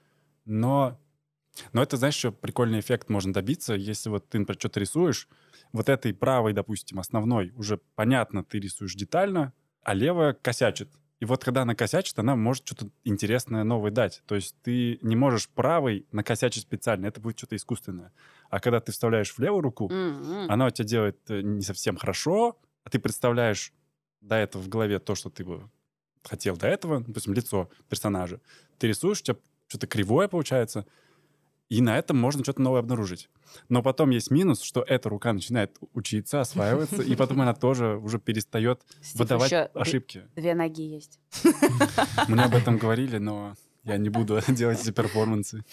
Но это, знаешь, еще прикольный эффект можно добиться, если вот ты, например, что-то рисуешь, вот этой правой, допустим, основной, уже понятно, ты рисуешь детально, а левая косячит. И вот когда она косячит, она может что-то интересное новое дать. То есть ты не можешь правой накосячить специально, это будет что-то искусственное. А когда ты вставляешь в левую руку, она у тебя делает не совсем хорошо, а ты представляешь до этого в голове то, что ты бы хотел до этого, допустим, лицо персонажа. Ты рисуешь, у тебя что-то кривое получается, И на этом можно что-то новое обнаружить. Но потом есть минус, что эта рука начинает учиться, осваиваться, и потом она тоже уже перестает Стив, выдавать еще ошибки. 2 ноги есть. Мне об этом говорили, но я не буду делать эти перформансы.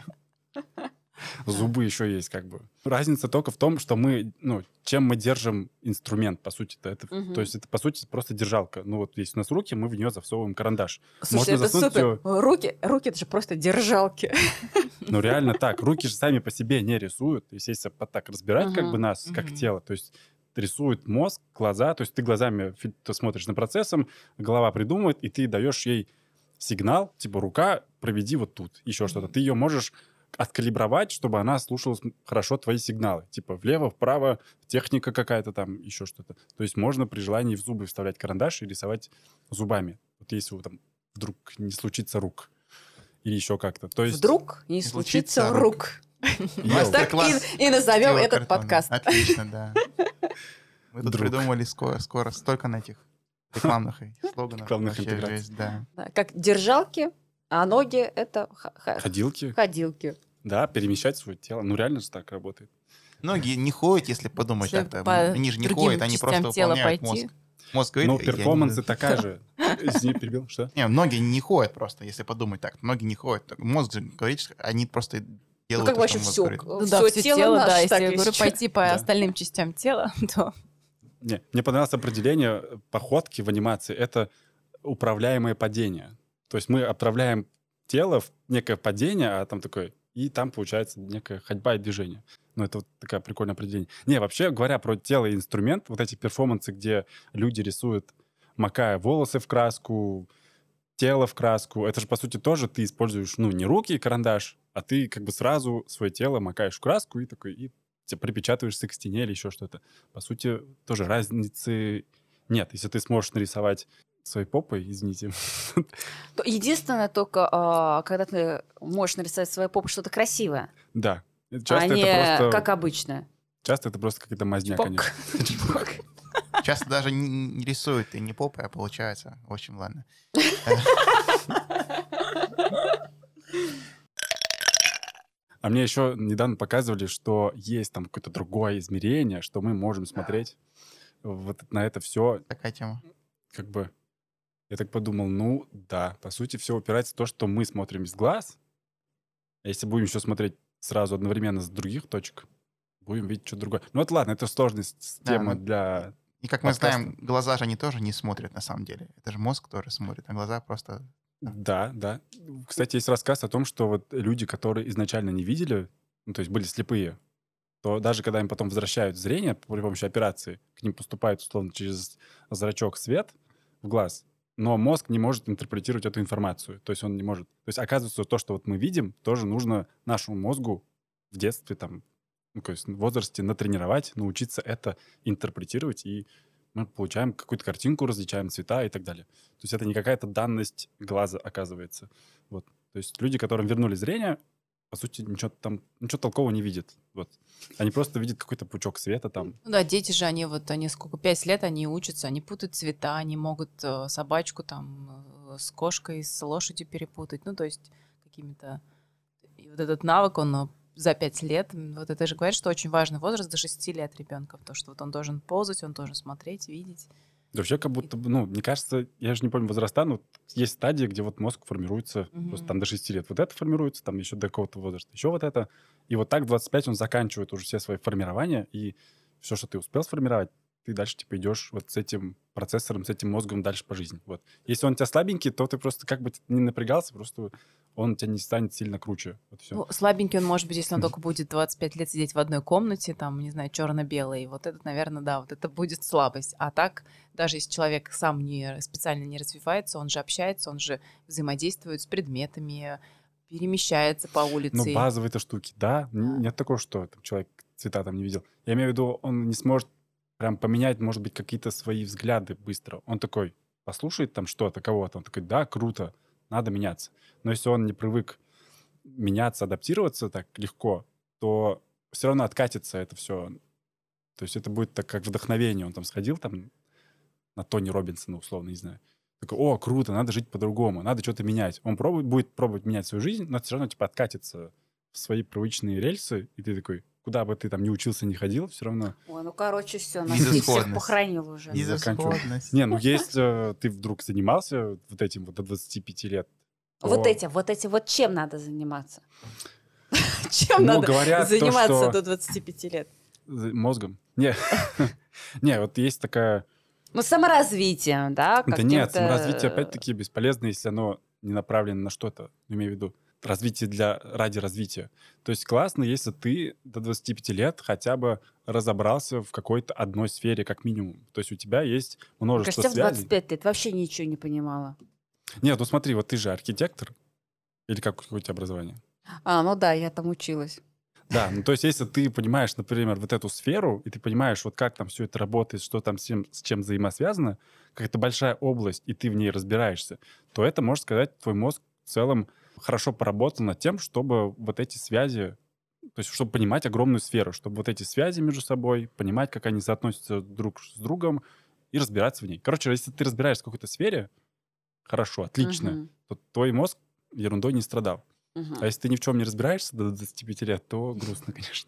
Зубы еще есть как бы. Разница только в том, что мы, чем мы держим инструмент, по сути-то. Это, то есть это, по сути, просто держалка. Ну вот есть у нас руки, мы в нее засовываем карандаш. Слушай, это засунуть супер. её- Руки это же просто держалки. Ну реально так. Руки же сами по себе не рисуют. То есть если так разбирать как бы Мгм, нас, как тело, то есть рисует мозг, глаза, то есть ты глазами ты смотришь на процессом, голова придумывает, и ты даешь ей сигнал, типа рука, проведи вот тут, еще что-то. Ты ее можешь откалибровать, чтобы она слушалась хорошо твои сигналы. Типа влево, вправо, техника какая-то там, еще что-то. То есть можно при желании в зубы вставлять карандаш и рисовать зубами. Вот если там вдруг не случится рук. Или еще как-то. То есть... Вдруг не случится случится рук. Йоу. Так Мастер-класс и назовем Стива этот Картона. подкаст. Отлично, да. Мы тут Друг. придумали скоро столько на этих рекламных слоганов. Рекламных Вообще интеграций. жесть, да. Да, как держалки, а ноги — это Ходилки. ходилки. Да, перемещать свое тело. Ну, реально же так работает. Многие не ходят, если подумать Если так-то. по Они же не другим ходят, они частям просто тела выполняют пойти. мозг. Мозг говорит, Но я не перформансы буду. такая же. Извини, перебил. Что? Не, многие не ходят просто, если подумать так. Многие не ходят. Так Мозг же говорит, что они просто Ну, делают как бы то, вообще что мозг все. говорит. Ну да, все тело, да, если я говорю, пойти по Да. остальным частям тела, то... Не, мне понравилось определение походки в анимации. Это управляемое падение. То есть мы отправляем тело в некое падение, а там такое... И там получается некая ходьба и движение. Ну, это вот такое прикольное определение. Не, вообще, говоря про тело и инструмент, вот эти перформансы, где люди рисуют, макая волосы в краску, тело в краску, это же, по сути, тоже ты используешь, не руки и карандаш, а ты как бы сразу свое тело макаешь в краску и такой, и припечатываешься к стене или еще что-то. По сути, тоже разницы нет. Если ты сможешь нарисовать своей попой, извините. Единственное только, когда ты можешь нарисовать свою попу что-то красивое, Да. а Часто не это просто... как обычно. Часто это просто какая-то мазня, Чпок. конечно. Чпок. Часто даже не рисуют и не попой, а получается. В общем, ладно. А мне еще недавно показывали, что есть там какое-то другое измерение, что мы можем смотреть вот на это все, Такая тема. как бы... Я так подумал, да, по сути, все упирается в то, что мы смотрим из глаз. А если будем еще смотреть сразу одновременно с других точек, будем видеть что-то другое. Ну вот ладно, это сложная тема для... И как мы подкаста. знаем, глаза же они тоже не смотрят на самом деле. Это же мозг тоже смотрит, а глаза просто... Да, да. Кстати, есть рассказ о том, что вот люди, которые изначально не видели, то есть были слепые, то даже когда им потом возвращают зрение при помощи операции, к ним поступает, условно, через зрачок свет в глаз, но мозг не может интерпретировать эту информацию. То есть он не может... То есть оказывается, то, что вот мы видим, тоже нужно нашему мозгу в детстве, там, то есть в возрасте натренировать, научиться это интерпретировать, и мы получаем какую-то картинку, различаем цвета и так далее. То есть это не какая-то данность глаза, оказывается. Вот. То есть люди, которым вернули зрение, по сути, ничего толкового не видят. Вот. Они просто видят какой-то пучок света там. Ну да, дети же, они 5 лет, они учатся, они путают цвета, они могут собачку там с кошкой, с лошадью перепутать. Ну, то есть какими-то... И вот этот навык, он за 5 лет, вот это же говорят, что очень важный возраст до 6 лет ребенка, то, что вот он должен ползать, он должен смотреть, видеть. Да вообще как будто, мне кажется, я же не помню возраста, но есть стадии, где вот мозг формируется просто там до 6 лет. Вот это формируется, там еще до какого-то возраста, еще вот это. И вот так в 25 он заканчивает уже все свои формирования, и все, что ты успел сформировать, ты дальше типа идешь вот с этим процессором, с этим мозгом дальше по жизни. Вот. Если он у тебя слабенький, то ты просто как бы не напрягался, просто он у тебя не станет сильно круче. Вот все. Ну, слабенький он может быть, если он только будет 25 лет сидеть в одной комнате, там, не знаю, черно-белый. Вот этот, наверное, да, вот это будет слабость. А так, даже если человек сам специально не развивается, он же общается, он же взаимодействует с предметами, перемещается по улице. Ну, базовые-то штуки, да. Нет такого, что там, человек цвета там не видел. Я имею в виду, он не сможет прям поменять, может быть, какие-то свои взгляды быстро. Он такой послушает там что-то, кого-то, он такой, да, круто, надо меняться. Но если он не привык меняться, адаптироваться так легко, то все равно откатится это все. То есть это будет так, как вдохновение. Он там сходил там на Тони Робинсона, условно, не знаю. Такой, о, круто, надо жить по-другому, надо что-то менять. Он будет пробовать менять свою жизнь, но все равно типа откатится в свои привычные рельсы, и ты такой, куда бы ты там не учился, не ходил, все равно. Ой, ну, короче, все, нас Безысходность. всех похоронил уже. Безысходность. Не, ну есть, ты вдруг занимался вот этим вот до 25 лет. Вот то- эти вот чем надо заниматься? Чем Ну, надо говорят то, заниматься что- до 25 лет? Мозгом. Не, не, вот есть такая... Ну, саморазвитием, да? Да нет, каким-то, саморазвитие опять-таки бесполезно, если оно не направлено на что-то, имею в виду. Развитие ради развития. То есть классно, если ты до 25 лет хотя бы разобрался в какой-то одной сфере, как минимум. То есть у тебя есть множество Кажется, в связей. 25 лет вообще ничего не понимала. Нет, ну смотри, вот ты же архитектор. Или какое у тебя образование? Ну да, я там училась. Да, ну то есть если ты понимаешь, например, вот эту сферу, и ты понимаешь, вот как там все это работает, что там с чем взаимосвязано, какая-то большая область, и ты в ней разбираешься, то это, можно сказать, твой мозг в целом хорошо поработал над тем, чтобы вот эти связи, то есть чтобы понимать огромную сферу, чтобы вот эти связи между собой, понимать, как они соотносятся друг с другом, и разбираться в ней. Короче, если ты разбираешься в какой-то сфере, хорошо, отлично, Мгм. то твой мозг ерундой не страдал. Мгм. А если ты ни в чем не разбираешься до 25 лет, то грустно, конечно.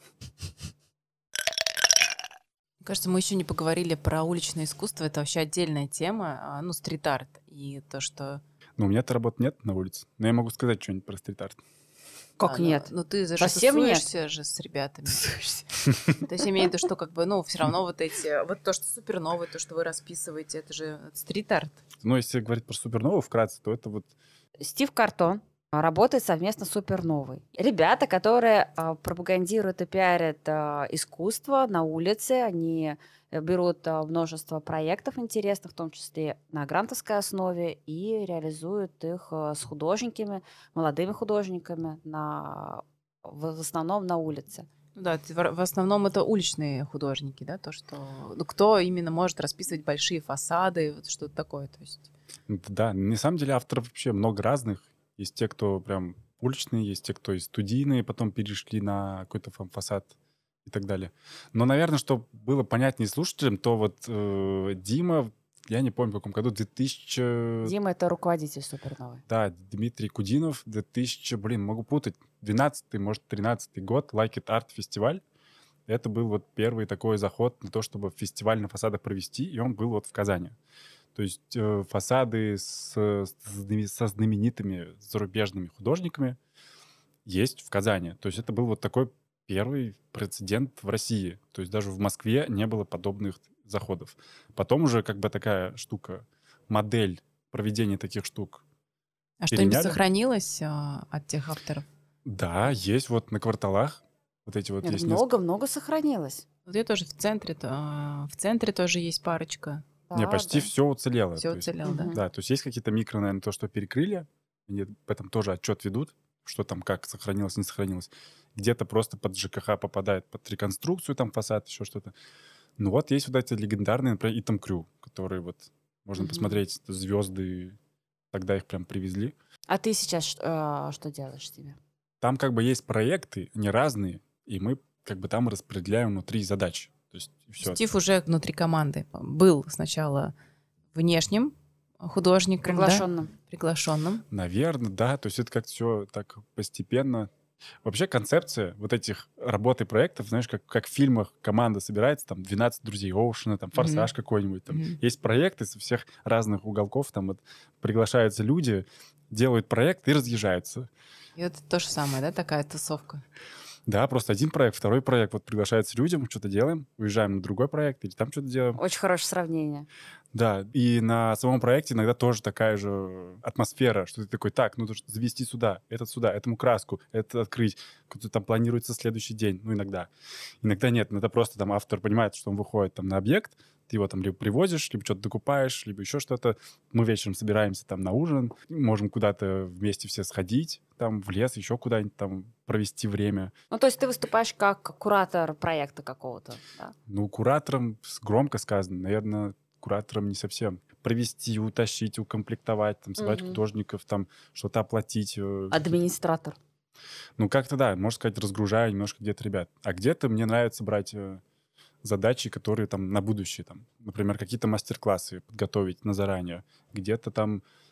Мне кажется, мы еще не поговорили про уличное искусство. Это вообще отдельная тема. Ну, стрит-арт. И то, что... Ну, у меня-то работы нет на улице. Но я могу сказать что-нибудь про стрит-арт. Как нет? Ну, ты же Совсем нет? тусуешься же с ребятами. То есть имею в виду, что как бы, ну, все равно вот эти... Вот то, что супер новое, то, что вы расписываете, это же стрит-арт. Но если говорить про супернову вкратце, то это вот... Стив Картон работает совместно с Суперновой. Ребята, которые пропагандируют и пиарят искусство на улице, они берут множество проектов интересных, в том числе на грантовской основе, и реализуют их с художниками, молодыми художниками, в основном на улице. Ну да, в основном это уличные художники, да, то, что... Ну, кто именно может расписывать большие фасады, вот что-то такое, то есть... Да, на самом деле авторов вообще много разных. Есть те, кто прям уличные, есть те, кто и студийные, потом перешли на какой-то фасад и так далее. Но, наверное, чтобы было понятнее слушателям, то вот Дима, я не помню, в каком году, 2000... Дима — это руководитель Суперновой. Да, Дмитрий Кудинов, 2000, могу путать, 12-й, может, 13-й год, Like It Art фестиваль. Это был вот первый такой заход на то, чтобы фестиваль на фасадах провести, и он был вот в Казани. То есть фасады со знаменитыми зарубежными художниками есть в Казани. То есть это был вот такой первый прецедент в России. То есть даже в Москве не было подобных заходов. Потом уже как бы такая штука, модель проведения таких штук. А что-нибудь Переняли? сохранилось от тех авторов? Да, есть вот на кварталах. Вот эти вот Нет, есть много-много сохранилось. Вот я тоже в центре тоже есть парочка. Не, почти Да. все уцелело. Все То есть, уцелел, да? Мгм. да, то есть есть какие-то микро, наверное, то, что перекрыли. Они об этом тоже отчет ведут, что там как сохранилось, не сохранилось. Где-то просто под ЖКХ попадает под реконструкцию, там фасад, еще что-то. Ну вот есть вот эти легендарные, например, Итам Крю, которые вот можно Мгм. посмотреть, это звезды, тогда их прям привезли. А ты сейчас что делаешь с ними? Там как бы есть проекты, они разные, и мы как бы там распределяем внутри задач. То есть все. Стив уже внутри команды был сначала внешним художником, да? Приглашенным. Приглашенным. Наверное, да. То есть это как все так постепенно. Вообще концепция вот этих работ и проектов, знаешь, как в фильмах команда собирается, там 12 друзей Оушена, там «Форсаж» какой-нибудь. Там. Мгм. Есть проекты со всех разных уголков, там вот приглашаются люди, делают проект и разъезжаются. И это то же самое, да, такая тусовка? Да, просто один проект, второй проект. Вот приглашаются людям, что-то делаем, уезжаем на другой проект или там что-то делаем. Очень хорошее сравнение. Да, и на самом проекте иногда тоже такая же атмосфера, что ты такой, так, ну нужно завести сюда, этому краску, это открыть, кто-то там планируется следующий день, ну иногда. Иногда нет, иногда просто там автор понимает, что он выходит там на объект, ты его там либо привозишь, либо что-то докупаешь, либо еще что-то. Мы вечером собираемся там на ужин, можем куда-то вместе все сходить, там в лес, еще куда-нибудь там провести время. Ну, то есть ты выступаешь как куратор проекта какого-то, да? Ну, куратором громко сказано, наверное, куратором не совсем. Провести, утащить, укомплектовать, там, собрать Мгм. художников, там, что-то оплатить. Администратор. Ну, как-то, да, можно сказать, разгружаю немножко где-то ребят. А где-то мне нравится брать задачи, которые там на будущее, там, например, какие-то мастер-классы подготовить на заранее. Где-то там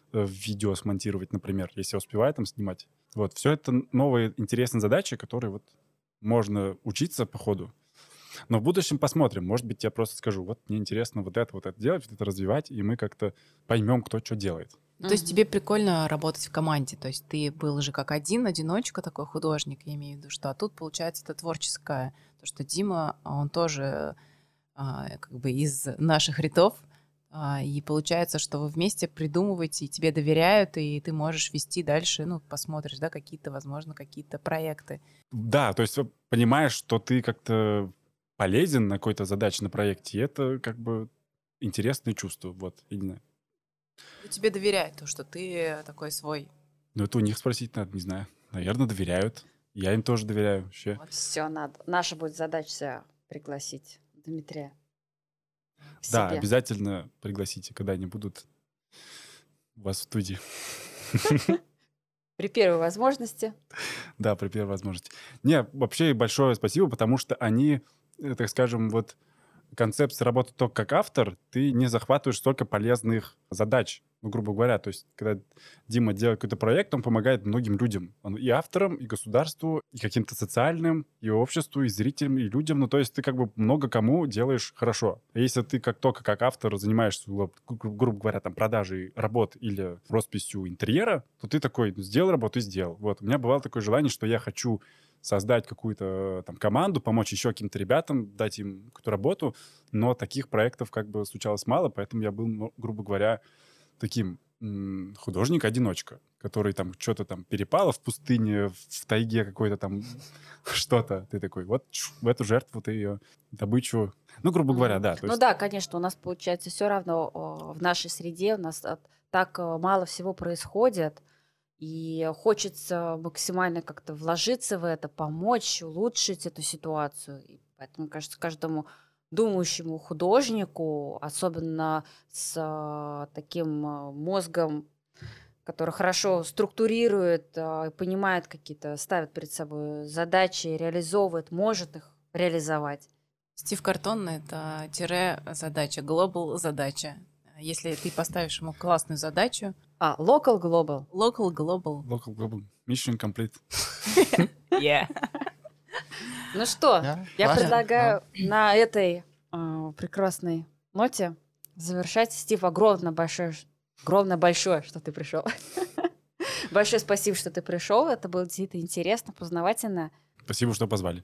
видео смонтировать, например, если я успеваю там снимать. Вот, все это новые интересные задачи, которые вот можно учиться по ходу. Но в будущем посмотрим. Может быть, я просто скажу, вот мне интересно вот это делать, вот это развивать, и мы как-то поймем, кто что делает. То есть тебе прикольно работать в команде, то есть ты был же как одиночка такой художник, я имею в виду, что, а тут получается это творческое, то что Дима, он тоже как бы из наших рядов, и получается, что вы вместе придумываете, и тебе доверяют, и ты можешь вести дальше, ну, посмотришь, да, какие-то, возможно, какие-то проекты. Да, то есть понимаешь, что ты как-то полезен на какой-то задаче на проекте, и это как бы интересное чувство, вот, именно. Тебе доверяют, то, что ты такой свой. Ну, это у них спросить надо, не знаю. Наверное, доверяют. Я им тоже доверяю вообще. Вот все надо. Наша будет задача пригласить Дмитрия к Да, себе. обязательно пригласите, когда они будут у вас в студии. При первой возможности. Да, при первой возможности. Не, вообще большое спасибо, потому что они, так скажем, вот концепция работы только как автор, ты не захватываешь столько полезных задач. Ну, грубо говоря, то есть, когда Дима делает какой-то проект, он помогает многим людям. Он и авторам, и государству, и каким-то социальным, и обществу, и зрителям, и людям. Ну, то есть ты как бы много кому делаешь хорошо. А если ты только как автор занимаешься, грубо говоря, там, продажей работ или росписью интерьера, то ты такой, ну, сделал работу и сделал. Вот. У меня бывало такое желание, что я хочу создать какую-то там команду, помочь еще каким-то ребятам, дать им какую-то работу, но таких проектов как бы случалось мало, поэтому я был, ну, грубо говоря, таким художник-одиночка, который там что-то там перепало в пустыне, в тайге какой-то там что-то. Ты такой, вот в эту жертву ты ее добычу. Ну, грубо говоря, да. Ну да, конечно, у нас получается все равно в нашей среде, у нас так мало всего происходит, и хочется максимально как-то вложиться в это, помочь, улучшить эту ситуацию. И поэтому, кажется, каждому думающему художнику, особенно с таким мозгом, который хорошо структурирует, понимает какие-то, ставит перед собой задачи, реализовывает, может их реализовать. Стив Картон — это тире-задача, глобал-задача. Если ты поставишь ему классную задачу... Local, global. Local, global. Local, global. Mission complete. Yeah. Ну что, Да, я классно, предлагаю на этой прекрасной ноте завершать. Стив, огромное большое, что ты пришел. Большое спасибо, что ты пришел. Это было действительно интересно, познавательно. Спасибо, что позвали.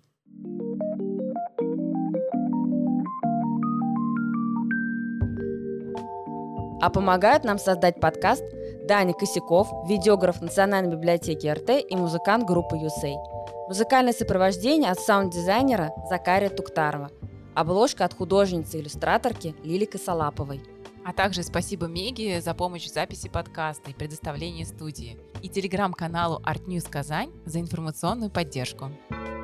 А помогают нам создать подкаст Даня Косяков, видеограф Национальной библиотеки РТ и музыкант группы «Юсей». Музыкальное сопровождение от саунд-дизайнера Закария Туктарова. Обложка от художницы-иллюстраторки Лили Косолаповой. А также спасибо Меге за помощь в записи подкаста и предоставлении студии. И телеграм-каналу Art News Казань за информационную поддержку.